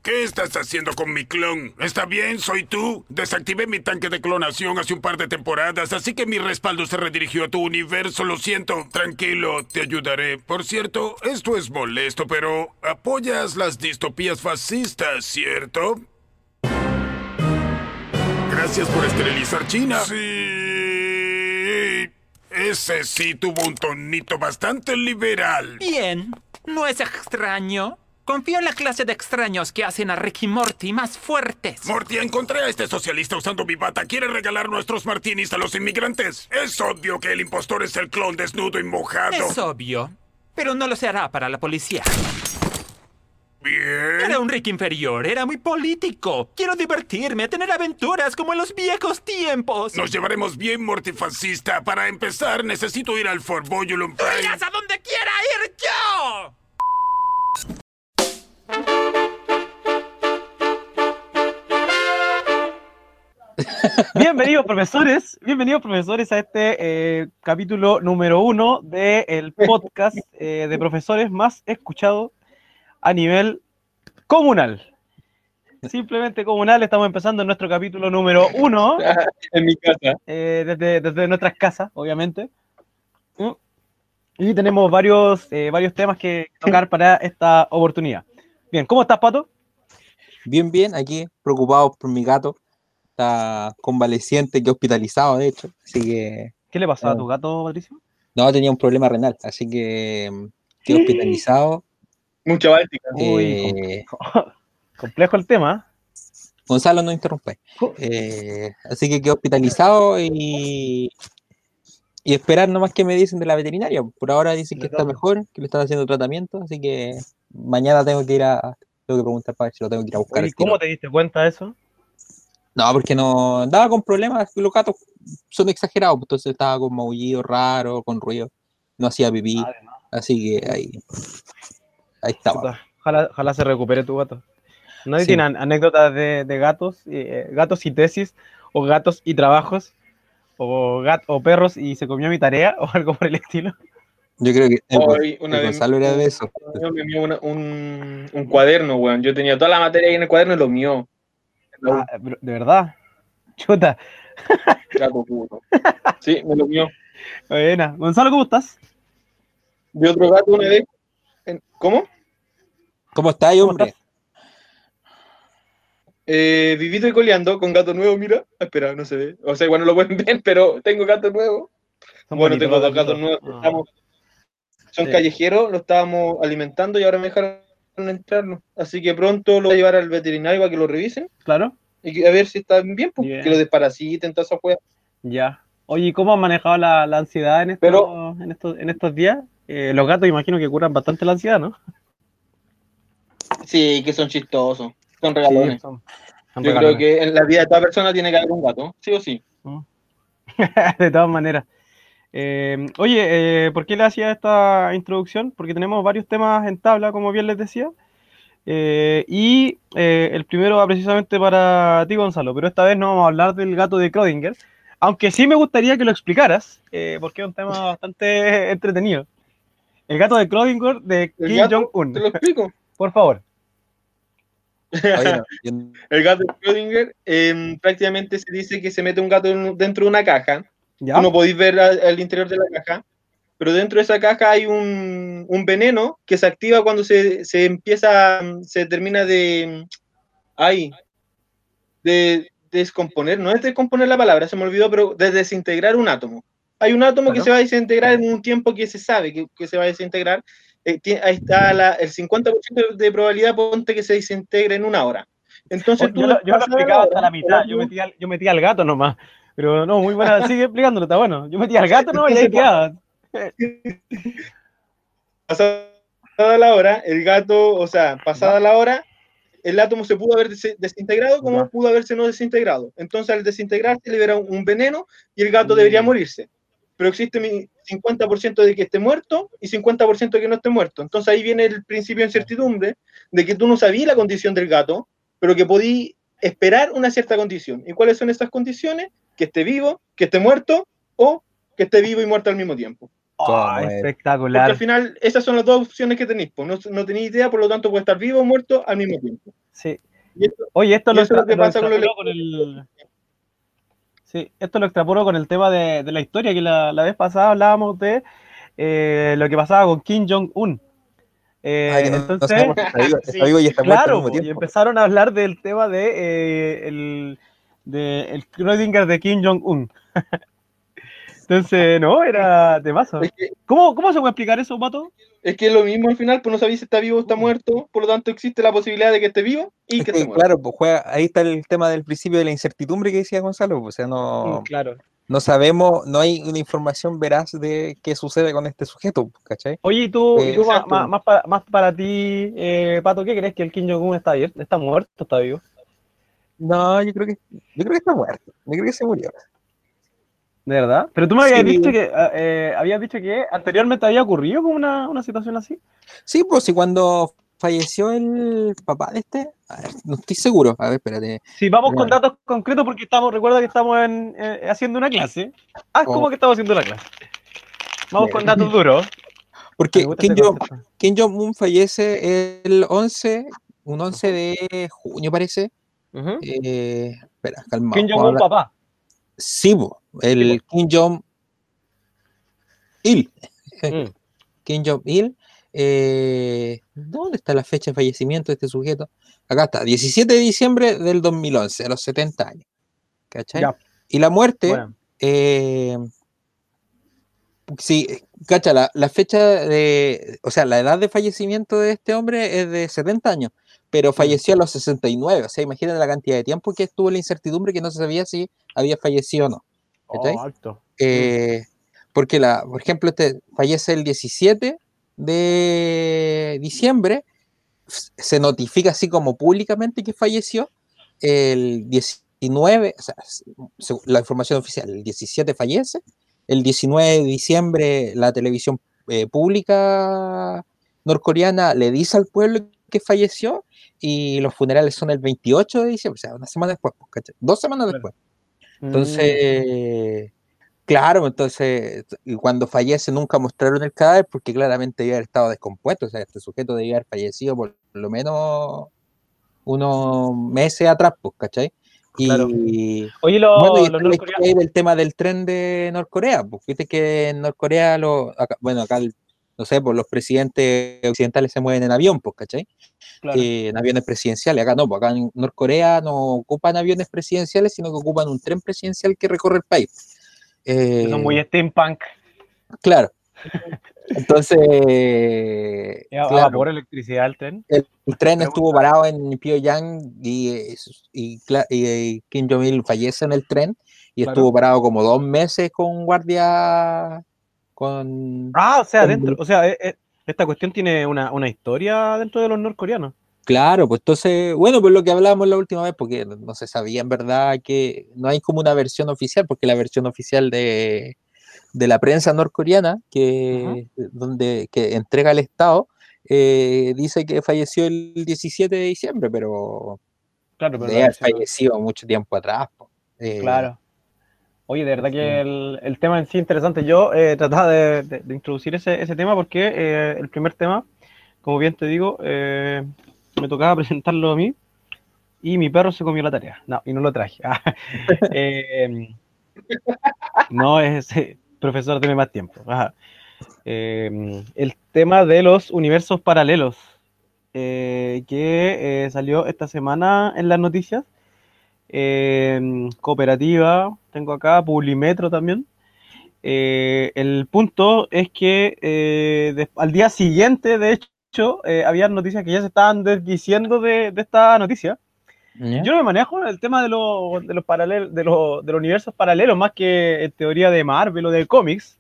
¿Qué estás haciendo con mi clon? ¿Está bien? ¿Soy tú? Desactivé mi tanque de clonación hace un par de temporadas, así que mi respaldo se redirigió a tu universo. Lo siento. Tranquilo, te ayudaré. Por cierto, esto es molesto, pero apoyas las distopías fascistas, ¿cierto? Gracias por esterilizar China. Sí. Ese sí tuvo un tonito bastante liberal. Bien, ¿no es extraño? Confío en la clase de extraños que hacen a Rick y Morty más fuertes. Morty, encontré a este socialista usando mi bata. Quiere regalar nuestros martinis a los inmigrantes. Es obvio que el impostor es el clon desnudo y mojado. Es obvio, pero no lo se hará para la policía. Bien. Era un Rick inferior, era muy político. Quiero divertirme, tener aventuras como en los viejos tiempos. Nos llevaremos bien, Morty fascista. Para empezar, necesito ir al Fort Boyulum ¡Tú irás a donde quiera ir yo! Bienvenidos profesores a este capítulo número 1 del podcast de profesores más escuchado a nivel comunal. Simplemente comunal, estamos empezando nuestro capítulo número 1 en mi casa. desde nuestras casas, obviamente. Y tenemos varios temas que tocar para esta oportunidad. Bien, ¿cómo estás, Pato? Bien, bien, aquí preocupado por mi gato. Está convaleciente, que hospitalizado, de hecho. Así que. ¿Qué le pasó a tu gato, Patricio? No, tenía un problema renal, así que quedé hospitalizado. Mucha báltica. Uy, complejo el tema. Gonzalo, no interrumpe. Así que quedé hospitalizado y esperar nomás que me dicen de la veterinaria. Por ahora dicen que está mejor, que le están haciendo tratamiento, así que mañana tengo que preguntar para ver si lo tengo que ir a buscar. ¿Y cómo te diste cuenta de eso? No, porque no andaba con problemas, los gatos son exagerados, entonces estaba con maullido raro, con ruido, no hacía pipí, así que ahí estaba. Ojalá se recupere tu gato. ¿Nadie Sí. tiene anécdotas de gatos, gatos y tesis, o gatos y trabajos, o perros y se comió mi tarea, o algo por el estilo? Yo creo que Hoy, el una vez Gonzalo era de eso. me envió un cuaderno, weón. Yo tenía toda la materia ahí en el cuaderno y lo mío. ¿De verdad? Chuta. Gato puto. Sí, me lo mío. Buena. Gonzalo, ¿cómo estás? Vi otro gato una vez. ¿Cómo? ¿Cómo está, hombre? Vivito y coleando con gato nuevo, mira. Espera, no se ve. O sea, igual no lo pueden ver, pero tengo gato nuevo. Bueno, tengo dos gatos nuevos. Son callejeros, lo estábamos alimentando y ahora me dejaron entrarlo. Así que pronto lo voy a llevar al veterinario para que lo revisen. Claro. Y a ver si está bien, pues, que lo desparasiten, toda esa juega. Ya. Oye, ¿cómo has manejado la ansiedad en estos días? Los gatos imagino que curan bastante la ansiedad, ¿no? Sí, que son chistosos. Son regalones. Sí, son Yo creo que en la vida de toda persona tiene que haber un gato, sí o sí. De todas maneras. Oye, ¿por qué le hacía esta introducción? Porque tenemos varios temas en tabla, como bien les decía. Y el primero va precisamente para ti, Gonzalo, pero esta vez no vamos a hablar del gato de Schrödinger, aunque sí me gustaría que lo explicaras, porque es un tema bastante entretenido. El gato de Schrödinger de Kim Jong-un. Te lo explico. Por favor. Oye, no, El gato de Schrödinger, prácticamente se dice que se mete un gato dentro de una caja. ¿Ya? Tú no podéis ver al interior de la caja, pero dentro de esa caja hay un veneno que se activa cuando se termina de descomponer, no es descomponer la palabra, se me olvidó, pero de desintegrar un átomo. Hay un átomo que se va a desintegrar en un tiempo que se sabe que se va a desintegrar. Ahí está el 50% de probabilidad, ponte que se desintegre en una hora. Entonces yo lo explicaba hasta la mitad, yo metía al gato nomás. Pero no, muy buena, sigue explicándolo, está bueno. Yo metía al gato nomás y ahí quedaba. Pasada la hora, el gato, o sea, pasada la hora, el átomo se pudo haber desintegrado como pudo haberse no desintegrado. Entonces, al desintegrarse, libera un veneno y el gato debería morirse. Pero existe mi 50% de que esté muerto y 50% de que no esté muerto. Entonces, ahí viene el principio de incertidumbre de que tú no sabías la condición del gato, pero que podías esperar una cierta condición. ¿Y cuáles son esas condiciones? Que esté vivo, que esté muerto o que esté vivo y muerto al mismo tiempo. Oh, espectacular. Porque al final esas son las dos opciones que tenéis. Pues no tenéis idea, por lo tanto puede estar vivo o muerto al mismo tiempo. Sí. Y esto, Oye, esto y lo, eso es lo que lo pasa con los extrapoló con el... Sí, esto lo extrapoló con el tema de la historia, que la vez pasada hablábamos de lo que pasaba con Kim Jong-un. Que no Entonces, sabemos si está vivo, está Sí, vivo y está muerto al claro, mismo po, y tiempo. empezaron a hablar del tema de el Schrödinger de Kim Jong-un. Entonces, no, era temazo. es que, ¿Cómo se puede explicar eso, Pato? es que es lo mismo al final, pues no sabéis si está vivo o está muerto, por lo tanto existe la posibilidad de que esté vivo y Es que esté que, muerto. claro, pues juega, ahí está el tema del principio de la incertidumbre que decía Gonzalo, pues, o sea, Claro. no sabemos, no hay una información veraz de qué sucede con este sujeto, pues, ¿cachai? Oye, y tú Exacto. más para ti, Pato, ¿qué crees que el Kim Jong-un está bien? ¿Está muerto o está vivo? No, yo creo que está muerto, yo creo que se murió. ¿De verdad? Pero tú me Sí, habías dicho que anteriormente había ocurrido como una situación así. sí, pues sí, cuando falleció el papá de este, a ver, no estoy seguro, a ver, espérate. Si vamos con Espérate. datos concretos, porque recuerda que estamos haciendo una clase. Es Oh, como que estamos haciendo una clase. Vamos mira, con datos duros. Me porque gusta ese concepto. Kim Jong-un fallece el 11, un 11 de junio parece. Ujú. Espera, calmado, Kim vamos a Jong-un, hablar. papá. Sí, po, Sí, po. el Kim Jong-il. Mm. Kim Jong-il. ¿Dónde está la fecha de fallecimiento de este sujeto? Acá está, 17 de diciembre del 2011, a los 70 años. ¿Cachai? Ya, Y la muerte, bueno. eh, sí, cacha, la fecha o sea, la edad de fallecimiento de este hombre es de 70 años, pero Mm. falleció a los 69. O sea, imagínate la cantidad de tiempo que estuvo la incertidumbre que no se sabía si había fallecido o no. Oh, ¿Cachai? alto. Mm. Eh, porque por ejemplo, este fallece el 17 de diciembre, se notifica así como públicamente que falleció el 19, o sea, la información oficial, el 17 fallece, el 19 de diciembre la televisión pública norcoreana le dice al pueblo que falleció y los funerales son el 28 de diciembre, o sea, una semana después, pues, ¿cachai? 2 semanas Claro. después. Mm. Entonces, claro, entonces, y cuando fallece nunca mostraron el cadáver porque claramente debía haber estado descompuesto, o sea, este sujeto debía haber fallecido por lo menos unos meses atrás, pues, ¿cachai? Claro. Y Oye, bueno, y los está la historia norcoreanos. ahí del tema del tren de Norcorea, pues, viste que en Norcorea, bueno, acá, no sé, pues los presidentes occidentales se mueven en avión, pues, ¿cachai? Claro. En aviones presidenciales, acá no, pues acá en Norcorea no ocupan aviones presidenciales, sino que ocupan un tren presidencial que recorre el país. Que son Eh, muy steampunk. claro, entonces, A claro, vapor, electricidad, el tren. el tren Me estuvo gusta. parado en Pyongyang y Kim Jong-il fallece en el tren y Claro. estuvo parado como 2 meses con guardia, con, Ah, o sea, dentro. con- O sea, esta cuestión tiene una historia dentro de los norcoreanos. claro, pues entonces, bueno, pues lo que hablábamos la última vez, porque no se sabía en verdad que no hay como una versión oficial, porque la versión oficial de la prensa norcoreana Ujú. que entrega el Estado, dice que falleció el 17 de diciembre, pero Claro, pero la debe haber versión. fallecido mucho tiempo atrás, po. Claro. Oye, de verdad que Entonces, el tema en sí es interesante. Yo trataba de introducir ese tema porque el primer tema, como bien te digo, me tocaba presentarlo a mí y mi perro se comió la tarea. No, y no lo traje. Eh, no, profesor, deme más tiempo. Ajá. El tema de los universos paralelos, que salió esta semana en las noticias. Cooperativa, tengo acá, Publimetro también. El punto es que al día siguiente, de hecho, había noticias que ya se estaban desdiciendo de esta noticia. ¿ya? Yo no me manejo en el tema de los paralelos, de los universos paralelos, más que en teoría de Marvel o de cómics.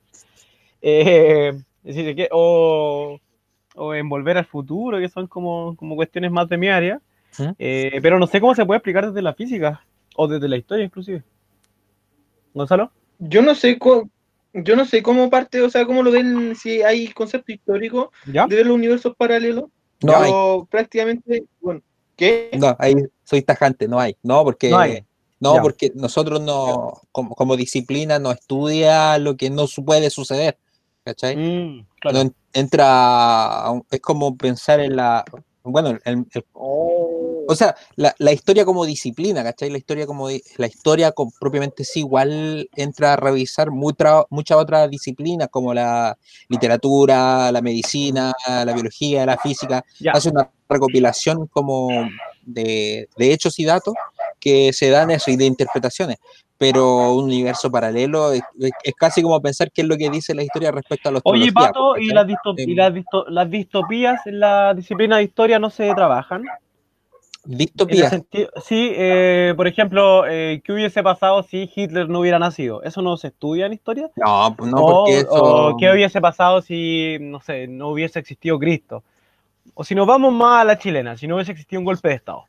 Es decir, o en Volver al Futuro, que son como cuestiones más de mi área. ¿Mm? Pero no sé cómo se puede explicar desde la física o desde la historia inclusive. Gonzalo. Yo no sé, yo no sé cómo parte, o sea, cómo lo ven, si hay concepto histórico ¿Ya? de ver los universos paralelos. No hay, Yo prácticamente, bueno, ¿qué? no, ahí soy tajante, no hay, no, No hay. no, Ya. porque nosotros no, como disciplina no estudia lo que no puede suceder, ¿cachai? No Claro. entra, es como pensar en bueno, Oh. O sea, la historia como disciplina, ¿cachai? La historia propiamente sí, igual entra a revisar muchas otras disciplinas como la literatura, la medicina, la biología, la física. Ya. Hace una recopilación como de hechos y datos que se dan eso y de interpretaciones. Pero un universo paralelo es casi como pensar qué es lo que dice la historia respecto a la Oye, astrología, Pato, ¿y ¿cachai? las distopías en la disciplina de historia no se trabajan? En el Distopía. sentido, sí, por ejemplo, ¿qué hubiese pasado si Hitler no hubiera nacido? ¿Eso no se estudia en historia? No, no, porque O eso. qué hubiese pasado si, no sé, no hubiese existido Cristo? O si nos vamos más a la chilena, si no hubiese existido un golpe de Estado.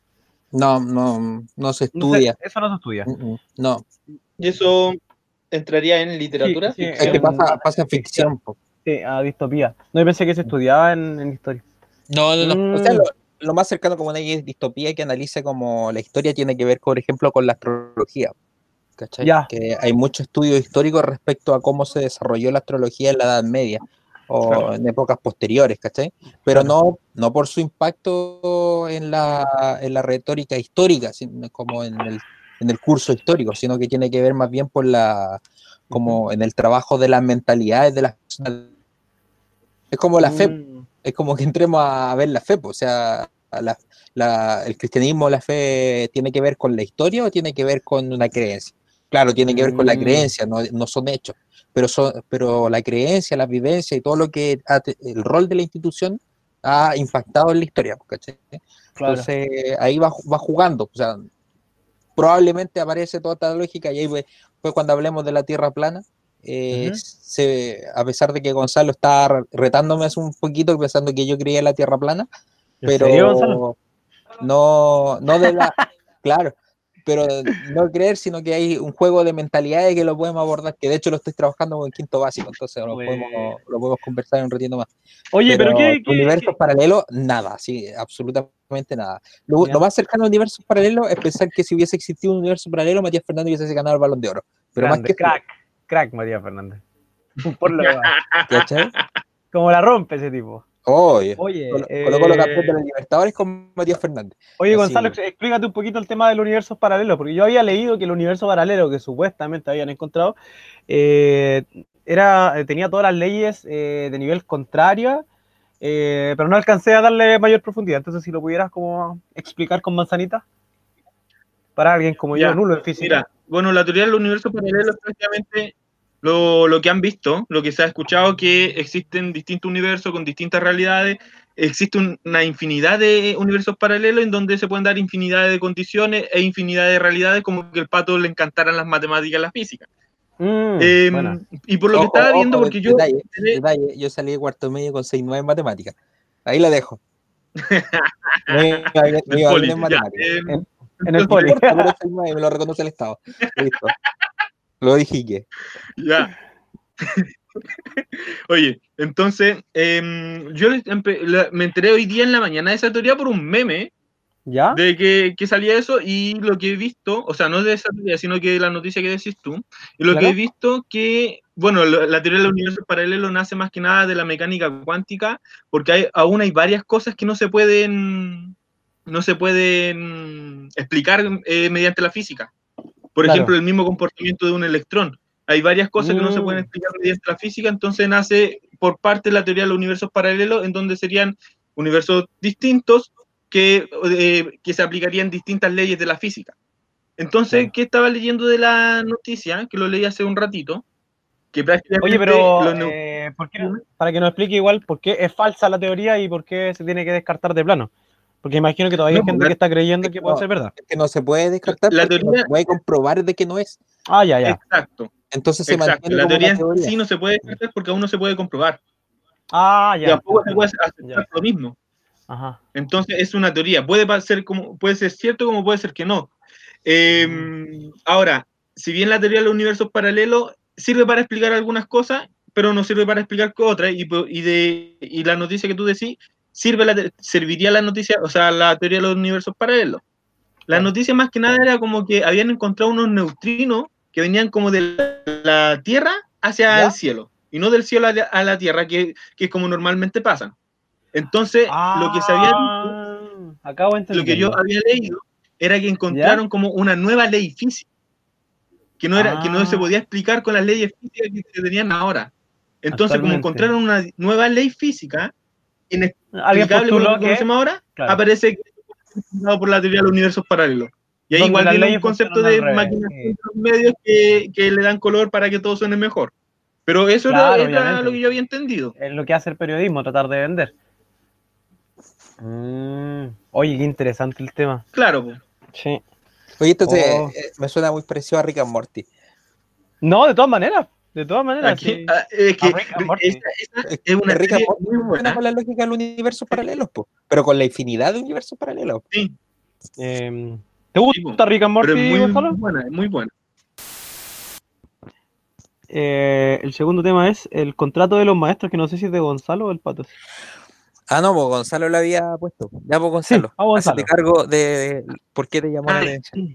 No se No sé, estudia. eso no se estudia. No, ¿Y eso entraría en Sí, literatura, sí, es que ficción? pasa en ficción, po. sí, a distopía. No, yo pensé que se estudiaba en historia. No. O sea, Mm, lo más cercano como una distopía que analice como la historia tiene que ver, por ejemplo, con la astrología, ¿cachai? ya, Que hay mucho estudio histórico respecto a cómo se desarrolló la astrología en la Edad Media o claro, en épocas posteriores, ¿cachai? Pero claro. no por su impacto en la retórica histórica, sino como en el curso histórico, sino que tiene que ver más bien por Ujú. como en el trabajo de las mentalidades de las personas. Es como la fe, Mm, es como que entremos a ver la fe, pues, o sea, el cristianismo, la fe, ¿tiene que ver con la historia o tiene que ver con una creencia? Claro, tiene que ver con la mm, creencia, no son hechos, pero la creencia, la vivencia y todo lo que el rol de la institución ha impactado en la historia, pues, ¿cachai? claro. Entonces ahí va jugando, o sea, probablemente aparece toda esta lógica y ahí fue cuando hablemos de la Tierra plana. Ujú. A pesar de que Gonzalo está retándome hace un poquito pensando que yo creía en la Tierra plana, ¿En serio, Gonzalo? pero no de la, claro, pero no creer, sino que hay un juego de mentalidades que lo podemos abordar, que de hecho lo estoy trabajando con quinto básico, entonces Pues, lo podemos conversar en un ratito más. oye, pero Pero universos paralelos, nada, sí, absolutamente nada. Lo ya, más cercano a universos paralelos es pensar que si hubiese existido un universo paralelo, Matías Fernández hubiese ganado el Balón de Oro. Pero más grande, que eso, crack Matías Fernández. Por lo demás. ¿cachai? Como la rompe ese tipo. Oye, Oye, colocó los campeones de la Libertadores con Matías Fernández. oye, Gonzalo, Así, explícate un poquito el tema del universo paralelo, porque yo había leído que el universo paralelo que supuestamente habían encontrado eh, tenía todas las leyes de nivel contrario, pero no alcancé a darle mayor profundidad. Entonces, si lo pudieras como explicar con manzanita para alguien como yo, Ya, nulo en física. mira, bueno, la teoría del universo paralelo es prácticamente lo que han visto, lo que se ha escuchado, que existen distintos universos con distintas realidades, existe una infinidad de universos paralelos en donde se pueden dar infinidad de condiciones e infinidad de realidades, como que el pato le encantaran las matemáticas y la física. Buena. Y por lo que estaba viendo, ojo, porque yo... detalle, yo salí de cuarto medio con 6,9 en matemáticas. Ahí la dejo. Me del iba bien poli, en ya. matemáticas. En el No poli. importa, pero 6,9 me lo reconoce el Estado. Listo. Lo dije que. Ya. Oye, entonces, yo me enteré hoy día en la mañana de esa teoría por un meme ¿Ya? de que salía eso y lo que he visto, o sea, no de esa teoría, sino que de la noticia que decís tú, y lo que he ¿Claro? visto que, bueno, la teoría del universo paralelo nace más que nada de la mecánica cuántica, porque aún hay varias cosas que no se pueden explicar mediante la física. Por ejemplo, Claro. el mismo comportamiento de un electrón. Hay varias cosas que no se pueden Mm, explicar mediante la física, entonces nace por parte de la teoría de los universos paralelos, en donde serían universos distintos que se aplicarían distintas leyes de la física. Entonces, claro. ¿qué estaba leyendo de la noticia? Que lo leí hace un ratito, que Oye, prácticamente pero los para que nos explique igual por qué es falsa la teoría y por qué se tiene que descartar de plano. Porque imagino que todavía no, hay gente que está creyendo Es que que puede no, ser verdad. es que no se puede descartar la porque no se teoría, puede comprobar de que no es. Ah, ya, ya. exacto, Entonces se exacto, mantiene la como una teoría en teoría. sí no se puede descartar porque aún no se puede comprobar. Ah, Y ya, te tampoco se puede entiendo. aceptar Ya. lo mismo. Ajá. Entonces es una teoría, puede ser cierto como puede ser que no. Mm, Ahora, si bien la teoría de los universos paralelos sirve para explicar algunas cosas, pero no sirve para explicar otras, y la noticia que tú decís, serviría la noticia, o sea, la teoría de los universos paralelos. La claro. noticia más que nada era como que habían encontrado unos neutrinos que venían como de la Tierra hacia el ¿Ya? cielo, y no del cielo a la Tierra, que es como normalmente pasa. Entonces, lo que se había dicho, Ah. acabo de lo que yo entenderlo. había leído era que encontraron como una nueva ley física, que no se podía explicar con las leyes físicas que se tenían ahora. Entonces, como Actualmente. encontraron una nueva ley física, Alguien inexplicable por lo postuló que conocemos ahora, claro, aparece que es explicado por la teoría de los universos paralelos. Y ahí donde igual las viene un leyes concepto funcionan al de revés. maquinación de los medios que le dan color para que todo suene mejor. Pero eso Claro, era obviamente. lo que yo había entendido. Es lo que hace el periodismo, tratar de vender. Oye, qué interesante el tema. Claro, po. Sí. Oye, entonces Oh. me suena muy parecido a Rick and Morty. No, de todas maneras. De todas maneras, Aquí, sí. es que A Rick and Morty. esa Es es una Rick and serie Morty muy funciona buena. con la lógica de los universos paralelos, po, pero con la infinidad de universos paralelos. Sí, ¿Te gusta Rick and pero es Morty, muy Gonzalo? buena, es muy buena. El segundo tema es el contrato de los maestros, que no sé si es de Gonzalo o del Pato. Ah, no, pues Gonzalo lo había puesto. Ya, pues Sí, Gonzalo, vamos hácete Gonzalo. cargo de por qué te llamó la Ah, atención.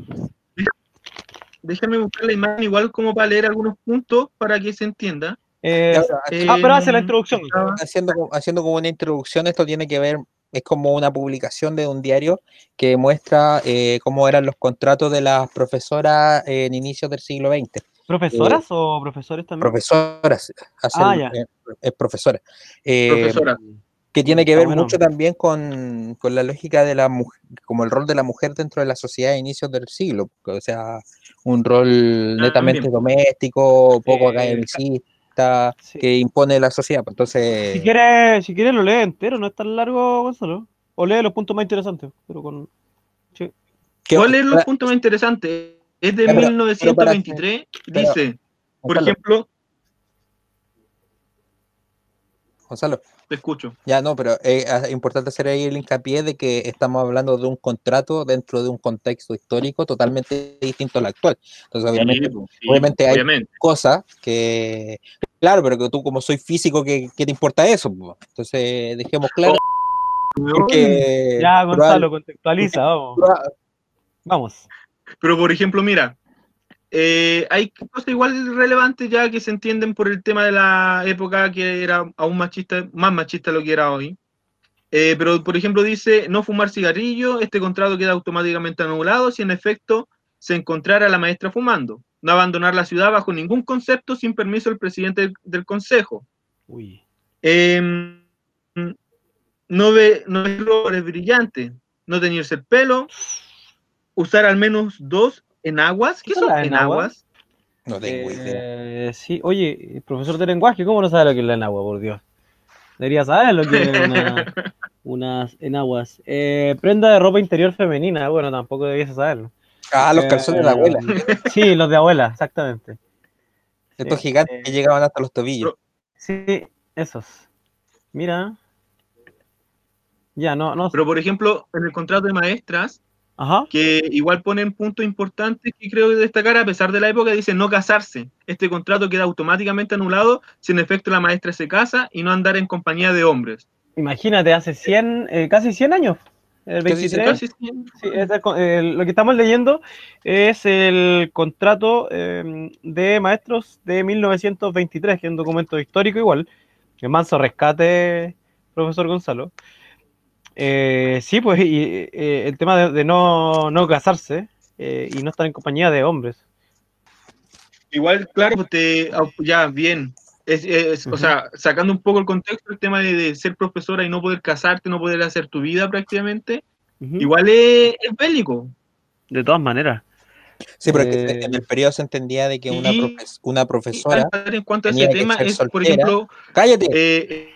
Déjame buscar la imagen igual como para leer algunos puntos para que se entienda. Ya, Pero hace la introducción. Estaba- haciendo como una introducción, esto tiene que ver, es como una publicación de un diario que muestra cómo eran los contratos de las profesoras en inicios del siglo XX. ¿Profesoras o profesores también? Profesoras, Ya. es profesora. profesora. Que tiene que Está ver bueno. mucho también con la lógica de la mujer, como el rol de la mujer dentro de la sociedad a inicios del siglo, o sea, un rol netamente También. doméstico, poco academicista, Sí. que impone la sociedad. Pues, entonces, Si quiere lo lee entero, no es tan largo, Gonzalo. O lee los puntos más interesantes, pero con... Sí. ¿qué- Voy a leer los puntos más interesantes. Es de Ya, pero 1923. Dice, por Gonzalo, ejemplo, Gonzalo, te escucho. ya no, pero es importante hacer ahí el hincapié de que estamos hablando de un contrato dentro de un contexto histórico totalmente distinto al actual. Entonces, obviamente hay cosas que, claro, pero que tú como soy físico, ¿qué te importa eso, po? Entonces, dejemos claro, porque Ya, Gonzalo, contextualiza, vamos. Vamos. Pero, por ejemplo, mira, hay cosas igual relevantes ya que se entienden por el tema de la época que era aún machista, más machista de lo que era hoy. Pero, por ejemplo, dice, no fumar cigarrillo, este contrato queda automáticamente anulado si en efecto se encontrara la maestra fumando. No abandonar la ciudad bajo ningún concepto sin permiso del presidente del consejo. Uy. No ver colores brillantes, no teñirse el pelo, usar al menos 2 enaguas. ¿Qué son son las enaguas? no tengo idea. Sí, oye, profesor de lenguaje, ¿cómo no sabe lo que es la enagua, por Dios? Debería saber lo que es unas enaguas. Prenda de ropa interior femenina, bueno, tampoco debiese saberlo. Ah, los calzones de la abuela, Sí, los de abuela, exactamente. estos Sí, gigantes que llegaban hasta los tobillos. sí, esos. Mira. Ya, no. Pero, por ejemplo, en el contrato de maestras, Ajá. que igual ponen puntos importantes que creo que destacar, a pesar de la época, dice no casarse. Este contrato queda automáticamente anulado si en efecto la maestra se casa y no andar en compañía de hombres. Imagínate, hace 100, casi 100 años. El 23. Casi 100. Sí, lo que estamos leyendo es el contrato de maestros de 1923, que es un documento histórico igual. Que manso rescate, profesor Gonzalo. Sí, pues, y el tema de no casarse y no estar en compañía de hombres. Igual, claro, ya bien. O sea, sacando un poco el contexto, el tema de ser profesora y no poder casarte, no poder hacer tu vida prácticamente, igual es bélico. De todas maneras. Sí, pero en el periodo se entendía de que una profesora En cuanto a tenía ese que tema, ser es, por soltera. ejemplo, ¡Cállate!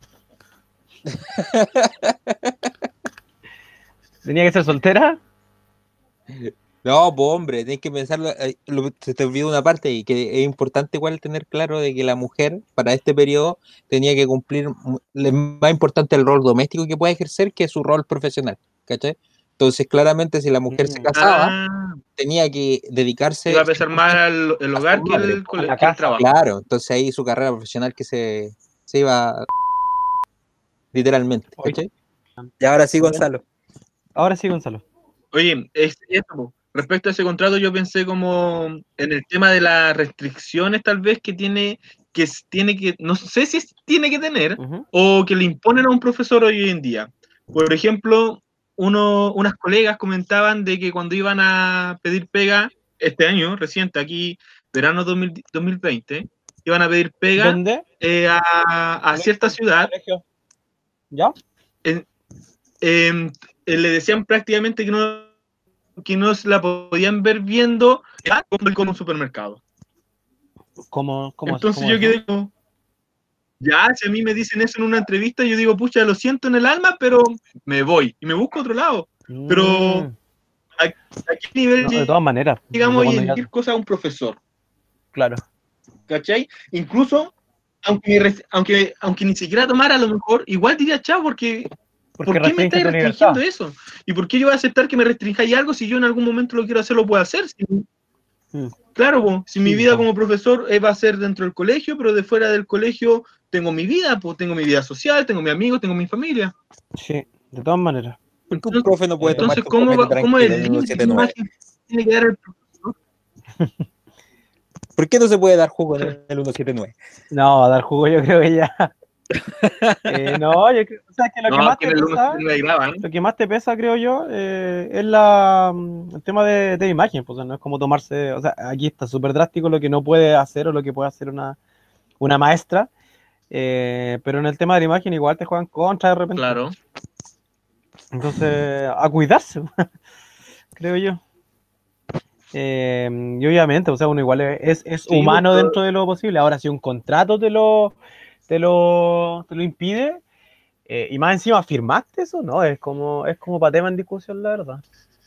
¿Tenía que ser soltera? No, pues hombre, tienes que pensarlo, se te olvidó una parte y que es importante igual tener claro de que la mujer para este periodo tenía que cumplir más importante el rol doméstico que puede ejercer que su rol profesional, ¿cachai? Entonces claramente si la mujer se casaba, tenía que dedicarse... Iba a pesar más el hogar que el trabajo. Claro, entonces ahí su carrera profesional que se iba literalmente, ¿cachai? Y ahora sí, Gonzalo. Ahora sí, Gonzalo. Oye, respecto a ese contrato, yo pensé como en el tema de las restricciones, tal vez que tiene que, no sé si tiene que tener o que le imponen a un profesor hoy en día. Por ejemplo, unas colegas comentaban de que cuando iban a pedir pega este año, reciente, aquí, verano 2020, iban a pedir pega ¿Dónde? A cierta ciudad, Colegio. ¿Ya? le decían prácticamente que no se la podían ver viendo como un supermercado. ¿Cómo Entonces cómo yo eso? quedé como, ya, si a mí me dicen eso en una entrevista, yo digo, pucha, lo siento en el alma, pero me voy y me busco otro lado. Pero ¿a qué nivel No, de todas maneras. llegamos Yo y cuando ya... decir cosas a un profesor? Claro. ¿Cachai? Incluso, aunque ni siquiera tomara, a lo mejor, igual diría chao, porque Porque ¿por qué me restringe estáis tu restringiendo libertad. eso? ¿Y por qué yo voy a aceptar que me restrinjáis algo si yo en algún momento lo quiero hacer, lo puedo hacer? Mm. Claro, po, si mi Sí, vida po. como profesor va a ser dentro del colegio, pero de fuera del colegio tengo mi vida, pues tengo mi vida social, tengo mis amigos, tengo mi familia. Sí, de todas maneras. ¿Por qué un profe no puede Entonces, tomarse un copete ¿cómo es tranquilo el en límite? ¿Qué 179? imagen tiene que dar el profesor? ¿Por qué no se puede dar jugo en el 179? No, a dar jugo yo creo que ya. No, o sea, que lo que No, más aquí en te el pesa, 179 graban. lo que más te pesa, creo yo, es el tema de imagen, pues, o sea, no es como tomarse, o sea, aquí está súper drástico lo que no puede hacer o lo que puede hacer una maestra, pero en el tema de la imagen igual te juegan contra de repente. Claro. Entonces, a cuidarse, creo yo. Y obviamente, o sea, uno igual es Sí, humano pues, dentro de lo posible. Ahora, si un contrato te lo impide, y más encima firmaste eso, ¿no? Es como para tema en discusión, la verdad.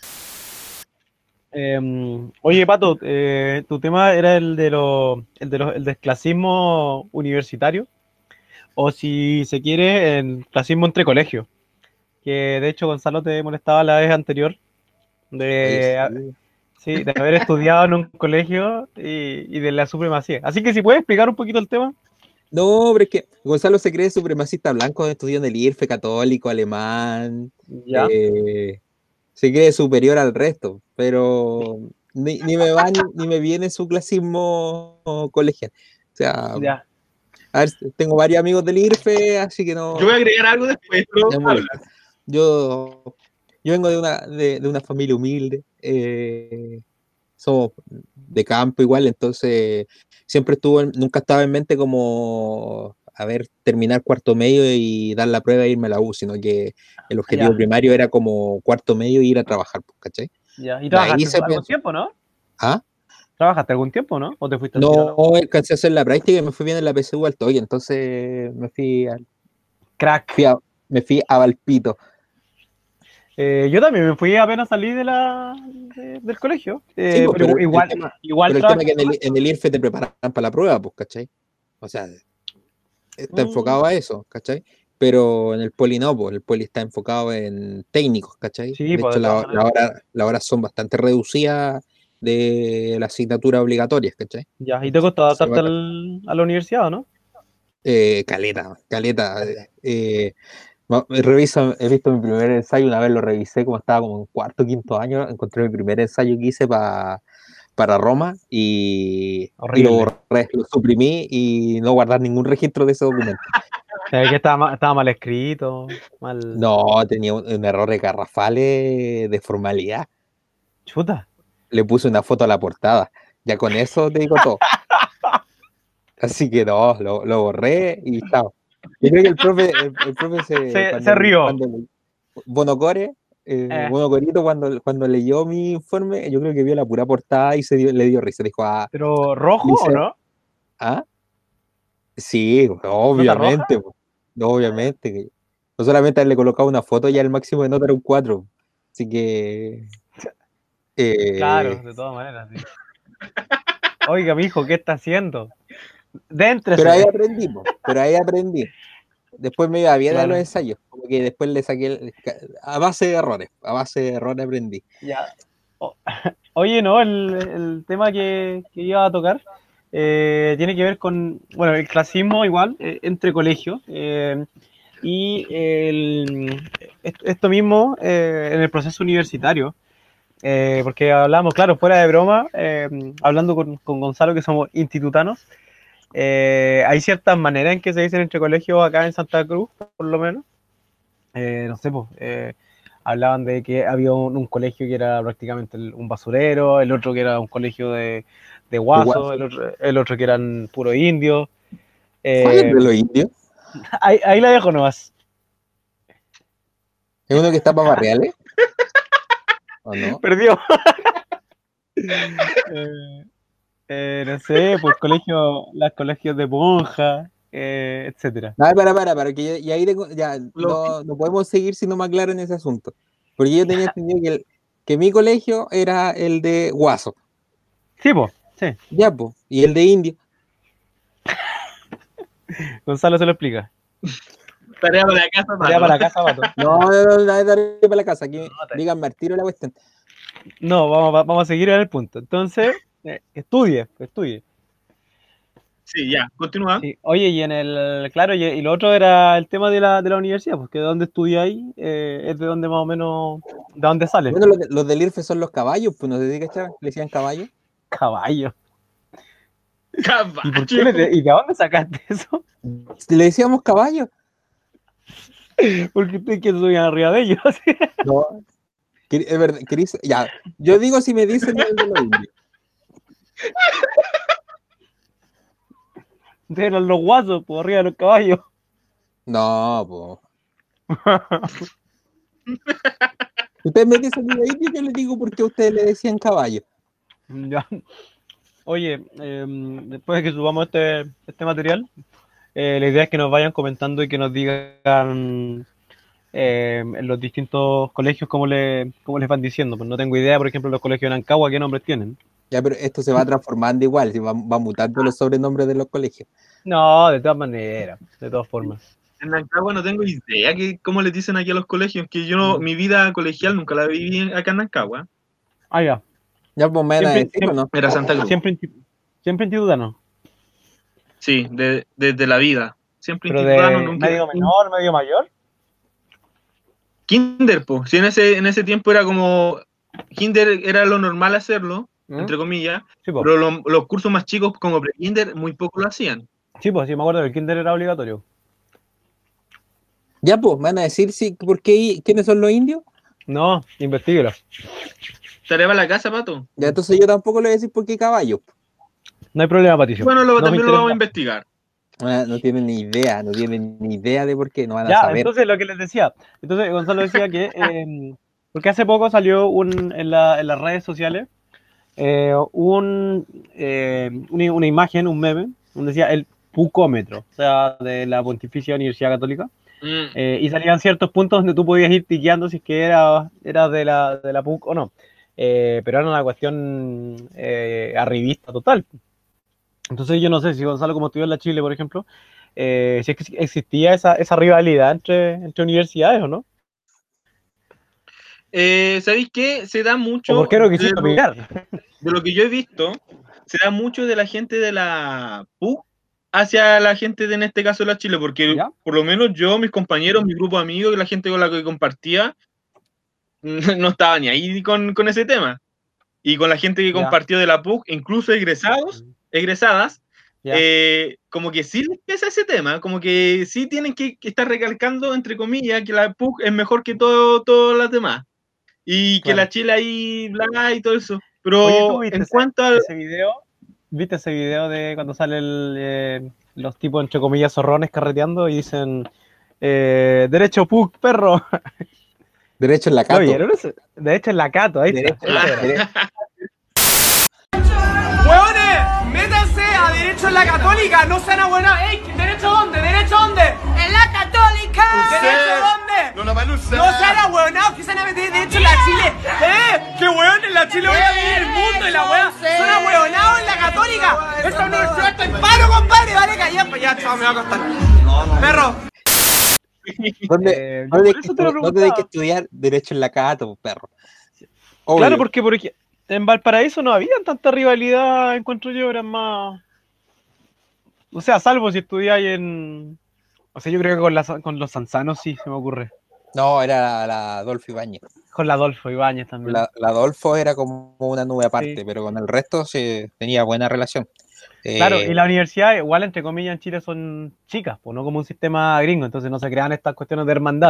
Oye, Pato, tu tema era el del clasismo universitario, o si se quiere, el clasismo entre colegios, que de hecho Gonzalo te molestaba la vez anterior Oye, sí. de, sí, de haber estudiado en un colegio y de la supremacía. Así que si puedes explicar un poquito el tema. No, pero es que Gonzalo se cree supremacista blanco, estudió en el IRFE, católico, alemán, Ya, se cree superior al resto, pero ni me va ni me viene su clasismo colegial. O sea, ya. a ver, tengo varios amigos del IRFE, así que yo voy a agregar algo después, pero no me habla. molesta. Yo, yo vengo de una familia humilde, somos de campo igual, entonces siempre nunca estaba en mente como, a ver, terminar cuarto medio y dar la prueba e irme a la U, sino que el objetivo Ya, primario era como cuarto medio y ir a trabajar, pues, ¿cachai? ya. ¿Y De ahí trabajaste se algún pensó. tiempo, no? ¿Ah? ¿Trabajaste algún tiempo, no? ¿O te fuiste al tiro a la No U? alcancé a hacer la práctica y me fui bien en la PSU al toque, entonces Crack. fui a, me fui a Valpito. Yo también me fui apenas salí del colegio, Sí, pues, pero igual pero el tema trabajé es que harto. en el IRFE te preparan para la prueba, pues, ¿cachai? O sea, está Mm, enfocado a eso, ¿cachai? Pero en el poli no, pues el poli está enfocado en técnicos, ¿cachai? sí, De pues hecho, de todas maneras. las horas son bastante reducidas de las asignaturas obligatorias, ¿cachai? Ya, ¿y te costó Se adaptarte va- a la universidad, o no? caleta, caleta. He visto mi primer ensayo, una vez lo revisé como estaba como en cuarto, quinto año, encontré mi primer ensayo que hice para Roma y lo Horrible. borré, lo suprimí y no guardar ningún registro de ese documento. Que estaba mal escrito, mal... No, tenía un error de garrafales de formalidad. Chuta. Le puse una foto a la portada. Ya con eso te digo todo. Así que no, lo borré y chao. Yo creo que el profe Se rió. Bonocore, Eh, Bonocorito, cuando leyó mi informe, yo creo que vio la pura portada y le dio risa. Dijo, ¿Pero rojo o dice, no? ah, sí, ¿Nota roja? obviamente, po, obviamente. No solamente haberle colocado una foto, ya el máximo de nota era un 4. Así que, Claro, eh, de todas maneras, sí. Oiga, mijo, ¿qué está haciendo? pero ahí Déntrese. aprendí, po, pero ahí aprendí. Después me iba bien en los Claro. ensayos, como que después le saqué a base de errores aprendí. Ya. O- Oye, no, el tema que iba a tocar tiene que ver con, bueno, el clasismo igual, entre colegios, y esto mismo en el proceso universitario, porque hablamos, claro, fuera de broma, hablando con Gonzalo, que somos institutanos, hay ciertas maneras en que se dicen entre colegios acá en Santa Cruz, por lo menos. No sé, pues, hablaban de que había un colegio que era prácticamente un basurero, el otro que era un colegio de guasos, el otro que eran puro indios. ¿Cuál es de los indios? Ahí la dejo nomás. ¿Es uno que está para Barriales? ¿O no? Perdió. No sé, pues los colegios de monjas, etcétera. No, para, que y ahí ya no podemos seguir siendo más claros en ese asunto. Porque yo tenía entendido que mi colegio era el de Guaso. Sí, pues, sí. Ya, pues. Y el de Indio. Gonzalo se lo explica. Tarea para la casa, Tarea para la casa, Pato. No es tarea para la casa. Aquí díganme al tiro la cuestión. No, vamos a seguir en el punto. Entonces, estudie. Sí, ya, continúa. Sí. Oye, claro, y lo otro era el tema de la universidad, porque de donde estudiáis es de donde más o menos, de dónde sale. Bueno, los del IRFE son los caballos, pues no te digas, chaval, le decían caballos. Caballo. Caballo. ¿Y de dónde sacaste eso? Le decíamos caballos. Porque ustedes que subían arriba de ellos. No. Es verdad, ya. Yo digo si me dicen el de los indios. Eran los guasos por arriba de los caballos. No, pues. Ustedes me dicen de los indios, yo les digo por qué ustedes le decían caballos. Ya. Oye, después de que subamos este material, la idea es que nos vayan comentando y que nos digan en los distintos colegios cómo les van diciendo. Pues no tengo idea, por ejemplo, los colegios de Nancagua, ¿qué nombres tienen? Ya, pero esto se va transformando igual, va mutando los sobrenombres de los colegios. No, de todas maneras, de todas formas. En Nancagua no tengo idea cómo les dicen aquí a los colegios, que yo no, mi vida colegial nunca la viví acá en Nancagua. Ah, ya. Ya, pues me van a decir, ¿o no? Era Santa Cruz. Siempre institutano. Sí, desde la vida. Siempre Pero institutano, de nunca. medio menor, medio mayor. Kinder, po. Si en ese tiempo era como. Kinder era lo normal hacerlo, entre comillas. Sí, po. Pero los cursos más chicos, como pre-Kinder, muy poco lo hacían. Sí, pues sí, me acuerdo que el kinder era obligatorio. Ya, pues, me van a decir quiénes son los indios. No, investíguelo. Tarea para la casa, Pato. Ya, entonces yo tampoco le voy a decir por qué caballos. No hay problema, Patricio. Bueno, No me también lo interesa. vamos a investigar. No tienen ni idea, de por qué, no van a Ya, saber. entonces lo que les decía. Entonces Gonzalo decía que, porque hace poco salió en las redes sociales una imagen, un meme, donde decía el pucómetro, o sea, de la Pontificia Universidad Católica. Y salían ciertos puntos donde tú podías ir tiqueando si es que era de la PUC o no. Pero era una cuestión arribista total. Entonces yo no sé si Gonzalo, como estudió en la Chile, por ejemplo, si es que existía esa rivalidad entre universidades o no. ¿Sabéis qué? Se da mucho. ¿O por qué no quisiste opinar? De lo que yo he visto, se da mucho de la gente de la PUC hacia la gente de, en este caso, la Chile, porque ¿Ya? por lo menos yo, mis compañeros, mi grupo de amigos, la gente con la que compartía, no estaba ni ahí con ese tema. Y con la gente que compartió de la PUC, incluso egresadas, como que sí les pesa ese tema, como que sí tienen que estar recalcando, entre comillas, que la PUC es mejor que todas las demás. Y que la Chile ahí, bla, y todo eso. Pero oye, ¿tú viste en cuanto al... ese video? ¿Viste ese video de cuando salen los tipos, entre comillas, zorrones carreteando y dicen derecho PUC, perro? Derecho en la Cato. ¿Lo vieron? De hecho, en la Cato, ahí está. ¡Hueones! ¡Métanse a Derecho en la Católica! ¡No sean abuenos! ¡Ey! ¿Derecho dónde? ¿Derecho dónde? ¡En la Católica! ¿Derecho dónde? ¡No sean abuenos! ¡Que se van a meter derecho en la Chile! ¡Qué hueón! En la Chile voy a vivir el mundo y la hueá! ¡Son abueonados en la Católica! ¡Esta universidad está en paro, compadre! ¡Dale, calla! Pues ya, chao, me voy a acostar. ¡Perro! ¿Dónde hay que estudiar Derecho en la Cato, perro? Obvio. Claro, porque en Valparaíso no había tanta rivalidad, encuentro yo, eran más... O sea, salvo si estudiáis en... O sea, yo creo que con los Sanzanos sí, se me ocurre. No, era la Adolfo Ibáñez. Con la Adolfo Ibáñez también. La Adolfo era como una nube aparte, Sí. pero con el resto se tenía buena relación. Claro, y la universidad, igual entre comillas, en Chile son chicas, pues no como un sistema gringo, entonces no se crean estas cuestiones de hermandades,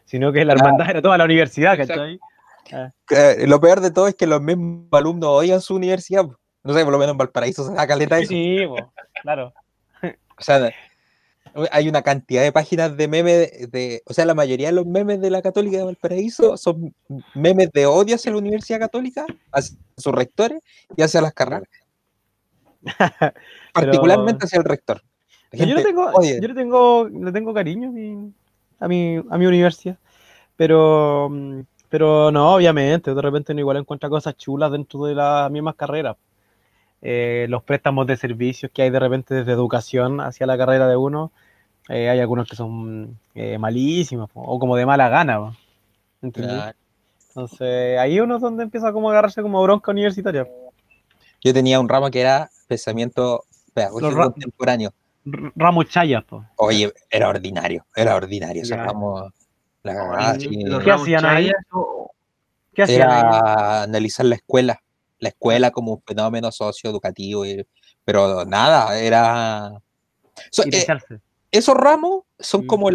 sino que la hermandad era toda la universidad, ¿cachai? Lo peor de todo es que los mismos alumnos odian su universidad. No sé, por lo menos en Valparaíso se da caleta de eso. Sí, po, claro. O sea, hay una cantidad de páginas de memes o sea, la mayoría de los memes de la Católica de Valparaíso son memes de odio hacia la Universidad Católica, hacia sus rectores y hacia las carreras. Particularmente hacia el rector. Yo le tengo cariño a mi universidad, pero no, obviamente, de repente uno igual encuentra cosas chulas dentro de las mismas carreras. Los préstamos de servicios que hay de repente desde educación hacia la carrera de uno, hay algunos que son malísimos, o como de mala gana, ¿entendés? Claro. Entonces ahí uno es donde empieza como a agarrarse como bronca universitaria. Yo tenía un ramo que era pensamiento pedagógico contemporáneo. Ramo Chayas, po. Oye, era ordinario ese ramo. ¿Qué hacían ahí? ¿Qué hacían ahí? Era analizar la escuela como un fenómeno socioeducativo, pero nada, era... esos ramos son como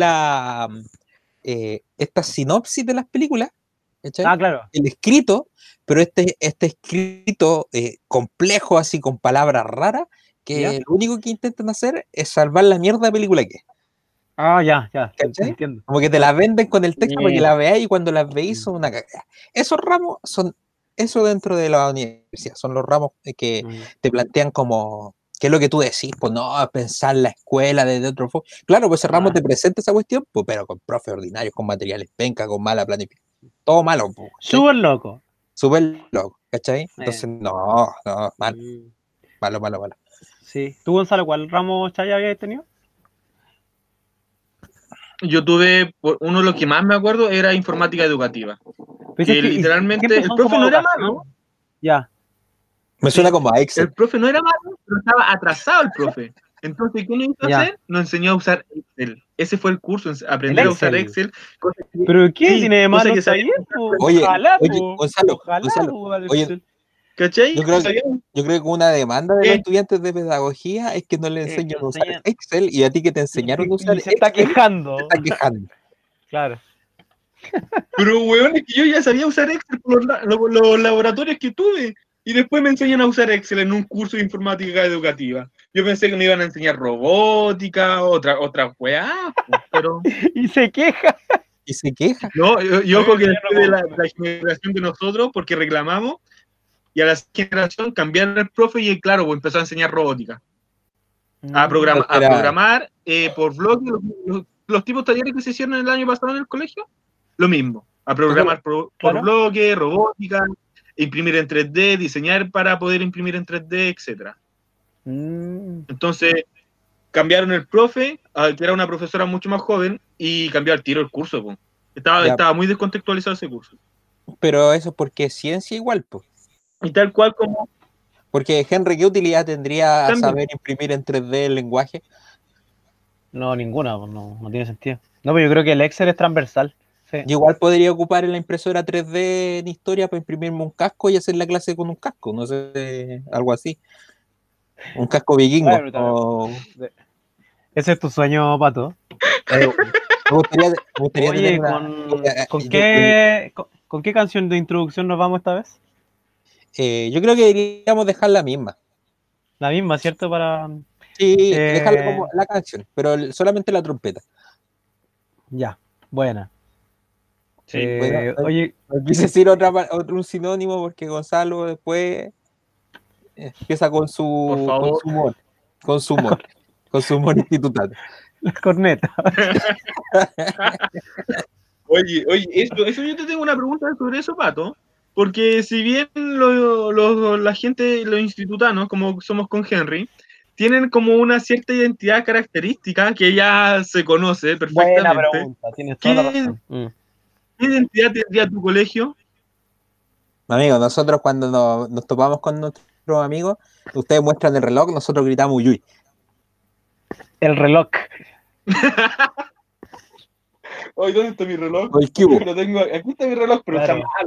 esta sinopsis de las películas, ¿cachai? Claro. El escrito, pero este escrito complejo, así con palabras raras, que lo único que intentan hacer es salvar la mierda de película que es. Ya, entiendo. Como que te la venden con el texto para que la veáis y cuando las veis son una cagada. Esos ramos son eso dentro de la universidad, son los ramos que te plantean como, ¿qué es lo que tú decís? Pues no, pensar la escuela desde otro foco. Claro, pues ese ramo te presenta esa cuestión, pues, pero con profes ordinarios, con materiales penca, con mala planificación. Todo malo. Pues, súper loco. Súper loco, ¿cachai? Entonces, no, malo. Sí. ¿Tú, Gonzalo, cuál ramo Chaya habías tenido? Yo tuve, uno de los que más me acuerdo era informática educativa. Que literalmente, el profe no era malo. Ya. Me suena como a Excel. El profe no era malo, pero estaba atrasado el profe. Entonces, ¿qué nos hizo hacer? Nos enseñó a usar Excel. Ese fue el curso, aprender a usar Excel. ¿Pero qué tiene de malo está bien? Oye, Gonzalo, oye, ¿cachai? Yo creo que una demanda de los estudiantes de pedagogía es que no le enseñan a usar Excel y a ti que te enseñaron a usar Excel. Se está quejando. Claro. Pero, weón, es que yo ya sabía usar Excel por los laboratorios que tuve. Y después me enseñan a usar Excel en un curso de informática educativa. Yo pensé que me iban a enseñar robótica, otra weá, pero... Y se queja. No, yo ojo que después de la generación de nosotros, porque reclamamos, y a la generación cambiaron el profe y claro, pues empezó a enseñar robótica. A programar por bloque, los tipos de talleres que se hicieron el año pasado en el colegio, lo mismo. A programar por bloque, robótica, imprimir en 3D, diseñar para poder imprimir en 3D, etc. Entonces, cambiaron el profe, que era una profesora mucho más joven, y cambió al tiro el curso. Pues. Estaba muy descontextualizado ese curso. Pero eso porque es ciencia igual, pues. Y tal cual como... Porque Henry, ¿qué utilidad tendría saber imprimir en 3D el lenguaje? No, ninguna, no tiene sentido. No, pero yo creo que el Excel es transversal. Sí. Yo igual podría ocupar en la impresora 3D en historia para imprimirme un casco y hacer la clase con un casco, no sé, algo así. Un casco vikingo. Ese es tu sueño, Pato. Me gustaría Oye, ¿con qué canción de introducción nos vamos esta vez? Yo creo que deberíamos dejar la misma. La misma, ¿cierto? Sí, dejarla como la canción, pero solamente la trompeta. Ya, buena. Sí, oye, quise decir un sinónimo porque Gonzalo después empieza con su humor institutario. La corneta. Oye, eso yo te tengo una pregunta sobre eso, Pato. Porque si bien la gente, los institutanos, como somos con Henry, tienen como una cierta identidad característica que ya se conoce perfectamente. Buena pregunta, tienes toda la razón. ¿Qué identidad tendría tu colegio? Amigo, nosotros cuando nos topamos con nuestros amigos, ustedes muestran el reloj, nosotros gritamos uyuy. El reloj. Oye, ¿dónde está mi reloj? El cubo. Aquí está mi reloj, pero está malo.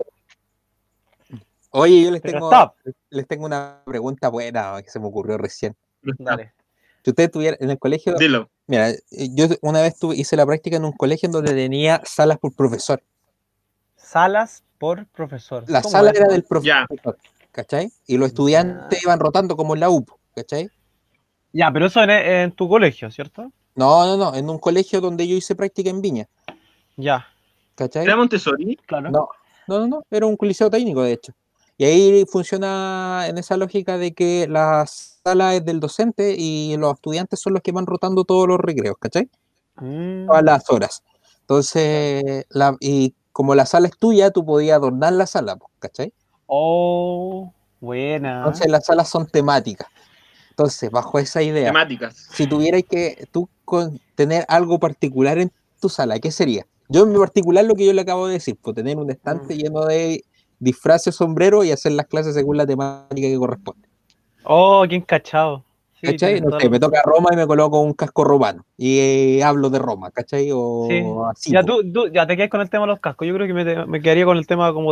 Oye, yo les tengo una pregunta buena que se me ocurrió recién. Dale. Si usted estuviera en el colegio, Dilo. mira, yo una vez hice la práctica en un colegio en donde tenía salas por profesor. Salas por profesor. La ¿Cómo sala es? era del Ya. profesor, ¿cachai? Y los estudiantes iban rotando como en la UP, ¿cachai? Ya, pero eso en tu colegio, ¿cierto? No, en un colegio donde yo hice práctica en Viña, Ya, ¿cachai? ¿Era Montessori? claro. No, era un liceo técnico, de hecho. Y ahí funciona en esa lógica de que la sala es del docente y los estudiantes son los que van rotando todos los recreos, ¿cachai? Todas las horas. Entonces, y como la sala es tuya, tú podías adornar la sala, pues, ¿cachai? Oh, buena. Entonces las salas son temáticas. Entonces, bajo esa idea, Temáticas. si tuvieras que tú tener algo particular en tu sala, ¿qué sería? Yo en mi particular lo que yo le acabo de decir, pues tener un estante lleno de disfraces, sombreros y hacer las clases según la temática que corresponde. Oh, qué encachado. Sí, ¿Cachai? tienes No toda sé, la me razón. toca Roma y me coloco un casco romano y hablo de Roma, ¿cachai? Sí. O así. Ya po. tú ya te quedas con el tema de los cascos. Yo creo que me quedaría con el tema como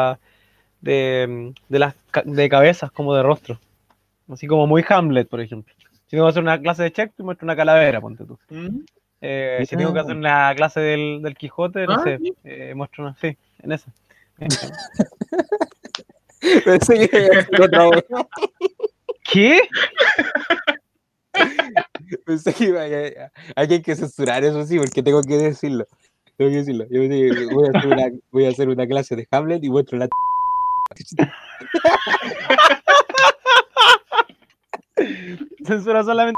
de cabezas, como de rostro. Así como muy Hamlet, por ejemplo. Si tengo que hacer una clase de Shakespeare, muestro una calavera, ponte tú. Si tengo que hacer una clase del Quijote, no sé, Sí. muestro una, sí, en esa. Pensé que iba a decir otra vez. ¿Qué? Pensé que hay que censurar eso, sí, porque tengo que decirlo. Tengo que decirlo. Yo pensé que voy a hacer una clase de Hamlet y muestro la. Censura solamente.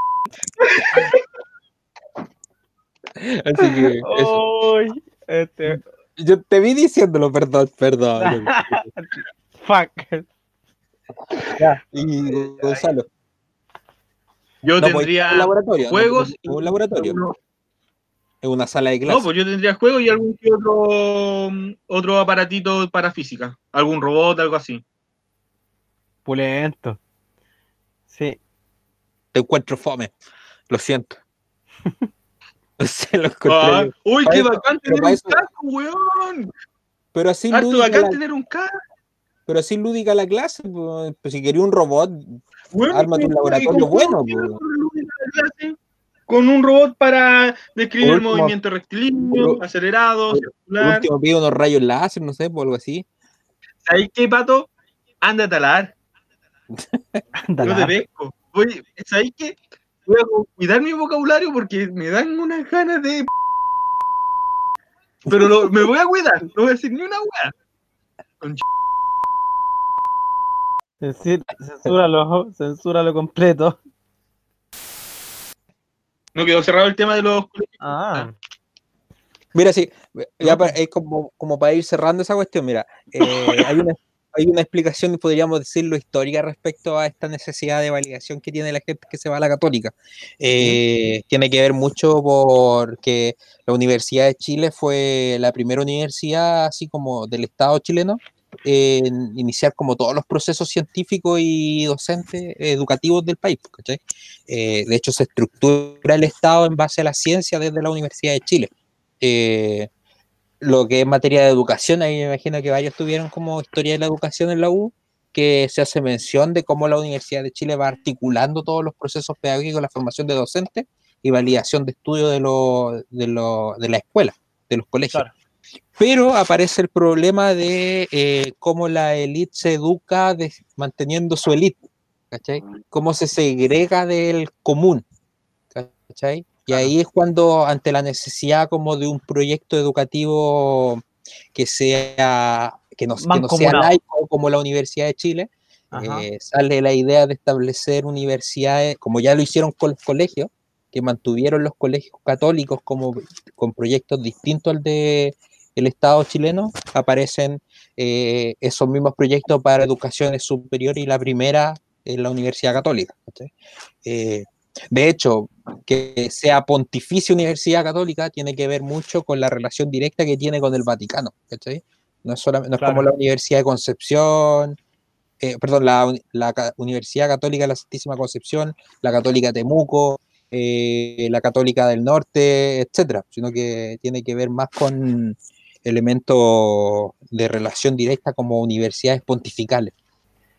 Así que eso. Uy, Yo te vi diciéndolo, perdón. Fuck. Ya. Y Gonzalo. Yo No, pues tendría un laboratorio, juegos. no, un laboratorio. Es una sala de No, clase. pues yo tendría juegos y algún que otro aparatito para física. Algún robot, algo así. Pulento. Sí. Te encuentro fome. Lo siento. No sé, lo encontré. ¡Uy, Para qué eso- bacán pero tener para un eso- casco, weón! Pero así Harto lúdica bacán la, tener un casco, pero así lúdica la clase. Pues si quería un robot, weón. ármate un ¿Y laboratorio con juegos bueno. qué Pues. mejor luz en la clase? Con un robot para describir Por el último, movimiento rectilíneo, por- acelerado, por circular. último pido unos rayos láser, no sé, por algo así. ¿Sabes qué, Pato? Anda a talar. Yo te pesco. ¿Sabes qué? Voy a cuidar mi vocabulario porque me dan unas ganas de... Pero me voy a cuidar, no voy a decir ni una weá. Censúralo completo. No quedó cerrado el tema de los colegios. Ah. Mira, sí, ya No. es como para ir cerrando esa cuestión, mira, hay una explicación, podríamos decirlo, histórica respecto a esta necesidad de validación que tiene la gente que se va a la católica. Tiene que ver mucho porque la Universidad de Chile fue la primera universidad, así como del Estado chileno, en iniciar como todos los procesos científicos y docentes educativos del país, ¿cachai? De hecho, se estructura el Estado en base a la ciencia desde la Universidad de Chile. Lo que es materia de educación, ahí me imagino que varios tuvieron como historia de la educación en la U, que se hace mención de cómo la Universidad de Chile va articulando todos los procesos pedagógicos, la formación de docentes y validación de estudio de la escuela, de los colegios. Claro. Pero aparece el problema de cómo la élite se educa manteniendo su élite, ¿cachai? Cómo se segrega del común, ¿cachai? Y ahí es cuando, ante la necesidad como de un proyecto educativo que no sea Mancomunado. laico como la Universidad de Chile, sale la idea de establecer universidades, como ya lo hicieron con los colegios, que mantuvieron los colegios católicos como con proyectos distintos al de el Estado chileno, aparecen esos mismos proyectos para educación superior y la primera en la Universidad Católica. ¿cachai? De hecho, que sea Pontificia Universidad Católica tiene que ver mucho con la relación directa que tiene con el Vaticano, ¿cachai? No es como la Universidad de Concepción, perdón, la Universidad Católica de la Santísima Concepción, la Católica Temuco, la Católica del Norte, etcétera, sino que tiene que ver más con elementos de relación directa como universidades pontificales.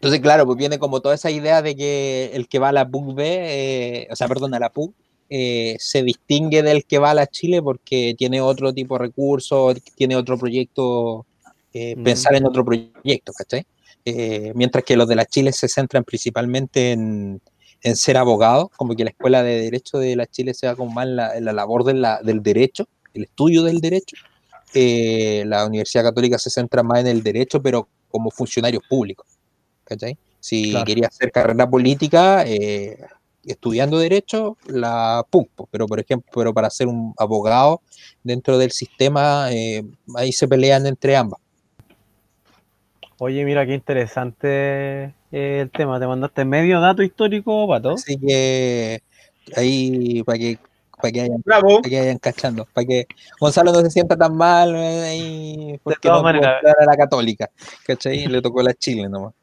Entonces, claro, pues viene como toda esa idea de que el que va a la PUC a la PUC, se distingue del que va a la Chile porque tiene otro tipo de recursos, tiene otro proyecto, pensar en otro proyecto, ¿cachai? Mientras que los de la Chile se centran principalmente en ser abogados, como que la escuela de derecho de la Chile se va como más en la labor del derecho, el estudio del derecho. La Universidad Católica se centra más en el derecho, pero como funcionarios públicos, ¿cachai? Si Claro. quería hacer carrera política, estudiando derecho, la PUC, pero por ejemplo, pero para ser un abogado dentro del sistema, ahí se pelean entre ambas. Oye, mira qué interesante el tema. Te mandaste medio dato histórico, Pato. Así que ahí Bravo. para que vayan cachando, para que Gonzalo no se sienta tan mal ahí, porque todas no pudo maneras. entrar a la Católica, ¿cachai? Le tocó la Chile nomás.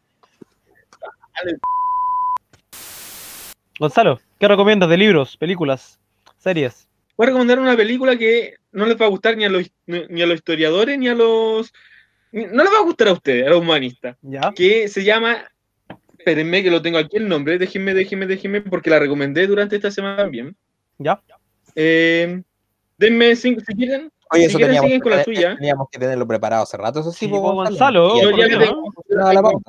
Gonzalo, ¿qué recomiendas de libros, películas, series? Voy a recomendar una película que no les va a gustar ni a los historiadores, ni a los... No les va a gustar a ustedes, a los humanistas. ¿Ya? Que se llama... Espérenme que lo tengo aquí el nombre. Déjenme, porque la recomendé durante esta semana también. ¿Ya? Denme 5, si quieren. Oye, Si eso quieren, siguen con la suya. teníamos que tenerlo preparado hace rato, eso sí, Sí, pues, pues, Gonzalo. Gonzalo, Yo ¿por ya qué la no? tengo.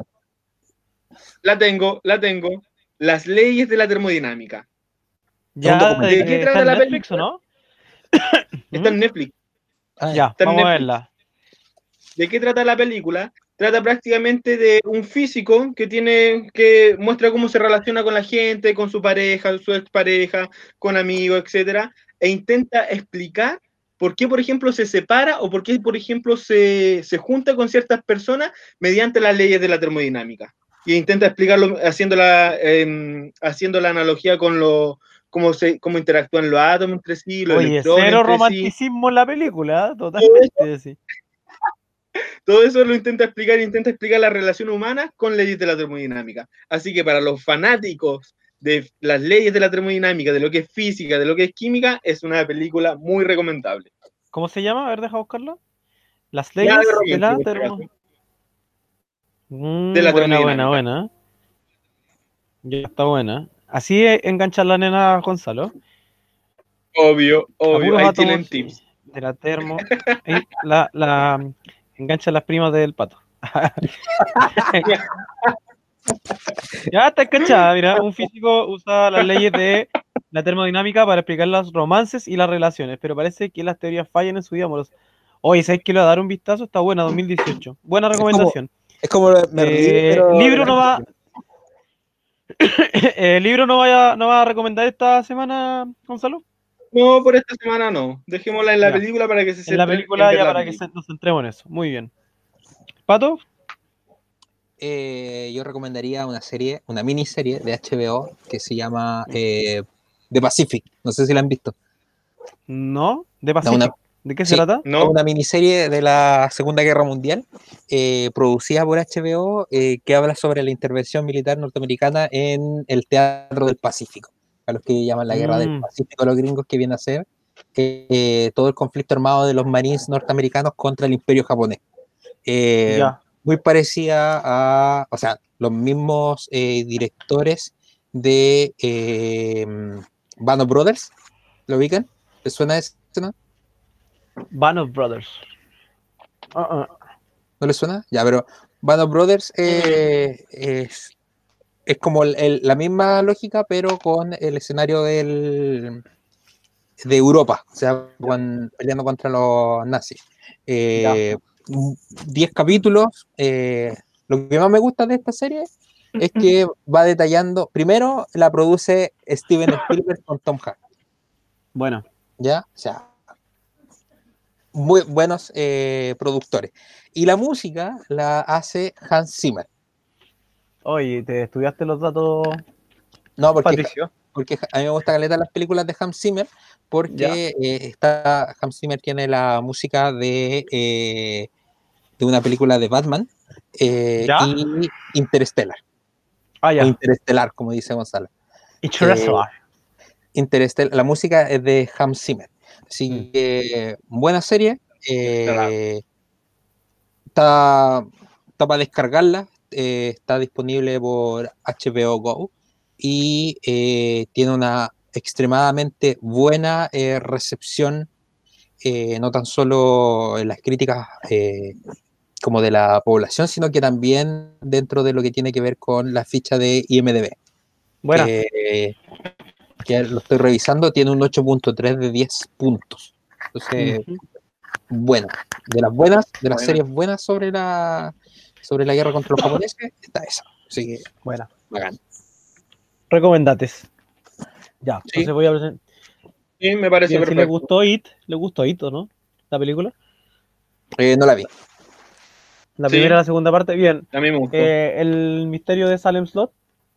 La tengo. Las leyes de la termodinámica. ¿Ya? ¿De qué ¿Está trata en la Netflix o película? no? Está en Netflix. Ya, Está en vamos a Netflix. verla. ¿De qué trata la película? Trata prácticamente de un físico que muestra cómo se relaciona con la gente, con su pareja, su expareja, con amigos, etcétera, e intenta explicar por qué, por ejemplo, se separa o por qué, por ejemplo, se junta con ciertas personas mediante las leyes de la termodinámica. Y intenta explicarlo haciendo la analogía con cómo interactúan los átomos entre sí, los Oye, electrones cero entre sí. romanticismo en la película, totalmente, sí. Todo eso lo intenta explicar la relación humana con leyes de la termodinámica. Así que para los fanáticos de las leyes de la termodinámica, de lo que es física, de lo que es química, es una película muy recomendable. ¿Cómo se llama? A ver, deja buscarlo. Las Nada leyes de de romántico, la por si termo... acaso, de la buena, termodinámica. buena. Ya está buena. Así engancha la nena Gonzalo. Obvio, A puros ahí átomos tienen tips. de la termo. La engancha las primas del Pato. Ya está cachada, mira. Un físico usa las leyes de la termodinámica para explicar los romances y las relaciones, pero parece que las teorías fallan en su vida amorosa. Oye, ¿sabes qué? Le voy a dar un vistazo, está buena, 2018. Buena recomendación. Es como me ríe, pero Libro no va. ¿Libro no va a recomendar esta semana, Gonzalo? No, por esta semana no. Dejémosla en la Ya. película para que se En la centren película, en ver ya la para que película. nos centremos en eso. Muy bien. ¿Pato? yo recomendaría una miniserie de HBO que se llama The Pacific. No sé si la han visto. No, de No, Pacific. ¿De qué se sí, trata? No, una miniserie de la Segunda Guerra Mundial, producida por HBO, que habla sobre la intervención militar norteamericana en el teatro del Pacífico, a los que llaman la Guerra del Pacífico, los gringos, que viene a ser todo el conflicto armado de los marines norteamericanos contra el imperio japonés. Ya. Muy parecida a, o sea, los mismos directores de Band of Brothers, ¿lo ubican? ¿Les suena eso, no? Band of Brothers. ¿No les suena? Ya, pero Band of Brothers es como la misma lógica, pero con el escenario de Europa, o sea, peleando contra los nazis. 10 capítulos. Lo que más me gusta de esta serie es que va detallando. Primero la produce Steven Spielberg con Tom Hanks. Bueno. ¿Ya? O sea, muy buenos productores. Y la música la hace Hans Zimmer. Oye, ¿te estudiaste los datos, No, Patricio? porque a mí me gusta caleta las películas de Hans Zimmer, porque Hans Zimmer tiene la música de una película de Batman y Interstellar. Ah, ya. O Interestelar, como dice Gonzalo. Interstellar. Interstellar. La música es de Hans Zimmer. Así que buena serie. Está para descargarla. está disponible por HBO Go y tiene una extremadamente buena recepción, no tan solo en las críticas como de la población, sino que también dentro de lo que tiene que ver con la ficha de IMDb. Buena. Que lo estoy revisando, tiene un 8.3 de 10 puntos. Entonces, bueno, de las Buena. series buenas sobre la guerra contra los japoneses, está esa. Así que, Buena. bacán. Recomendates. Ya, Sí. entonces voy a presentar. Sí, me parece Bien, si le perfecto. gustó It, ¿o no? La película. No la vi. La Sí. primera y la segunda parte, bien. A mí me gustó. El misterio de Salem Slot.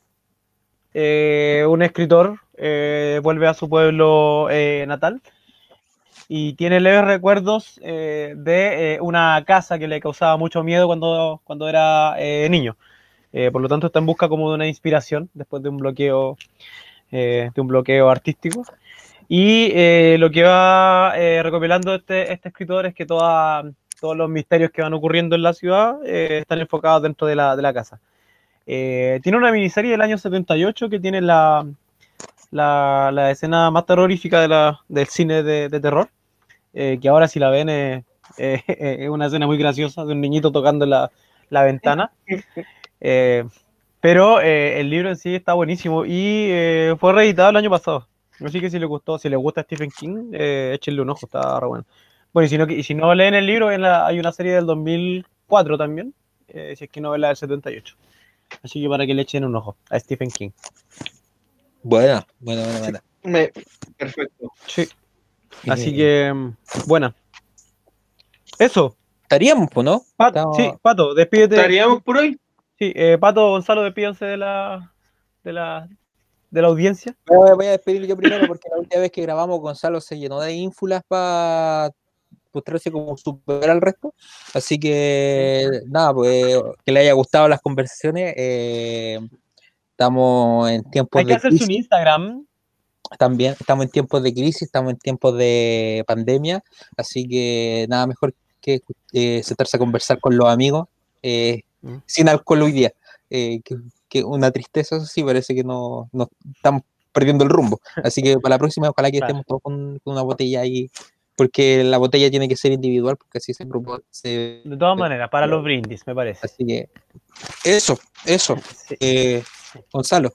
Un escritor vuelve a su pueblo natal y tiene leves recuerdos de una casa que le causaba mucho miedo cuando era niño. Por lo tanto, está en busca como de una inspiración después de un bloqueo artístico. Y lo que va recopilando este escritor es que todos los misterios que van ocurriendo en la ciudad están enfocados dentro de la casa. Tiene una miniserie del año 78 que tiene la escena más terrorífica del cine de terror, que ahora si la ven es una escena muy graciosa de un niñito tocando la ventana. Pero el libro en sí está buenísimo y fue reeditado el año pasado. Así que si les gusta Stephen King, échenle un ojo, está re bueno. Bueno, y si no leen el libro, hay una serie del 2004 también, si es que no ven la del 78. Así que para que le echen un ojo a Stephen King. Buena. Perfecto. Sí. Así que, buena. Eso. Estaríamos, ¿no? Sí, Pato, despídete. ¿Estaríamos por hoy? Sí, Pato, Gonzalo, despídense de la audiencia. Voy a despedir yo primero porque la última vez que grabamos Gonzalo se llenó de ínfulas para mostrarse como superior al resto. Así que nada, pues que le haya gustado las conversaciones. Estamos en tiempos Hay que de hacerse crisis. un Instagram. También estamos en tiempos de crisis, estamos en tiempos de pandemia, así que nada mejor que sentarse a conversar con los amigos sin alcohol hoy día. Que una tristeza, eso sí, parece que no estamos perdiendo el rumbo. Así que para la próxima, ojalá que estemos todos con una botella ahí, porque la botella tiene que ser individual, porque así ese grupo se... De todas maneras, para los brindis, me parece. Así que eso. Sí. Gonzalo.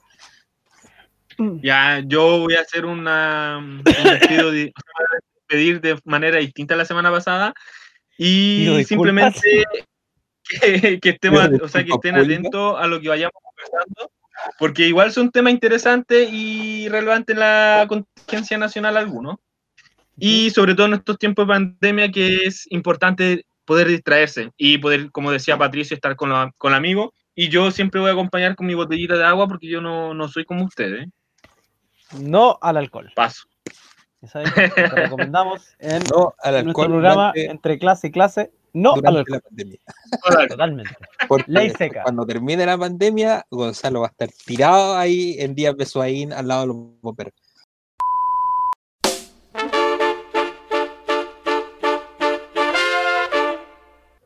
Ya, yo voy a hacer un despido despedir de manera distinta a la semana pasada y simplemente que estemos, o sea, que estén atentos a lo que vayamos conversando, porque igual son temas interesantes y relevantes en la contingencia nacional algunos, y sobre todo en estos tiempos de pandemia que es importante poder distraerse y poder, como decía Patricio, estar con amigos, y yo siempre voy a acompañar con mi botellita de agua porque yo no soy como ustedes. No al alcohol. Paso. Esa es lo que recomendamos en nuestro programa Entre Clase y Clase. No al alcohol. La pandemia. Totalmente. Porque ley seca. Cuando termine la pandemia, Gonzalo va a estar tirado ahí en Díaz Besoaín al lado de los bomberos.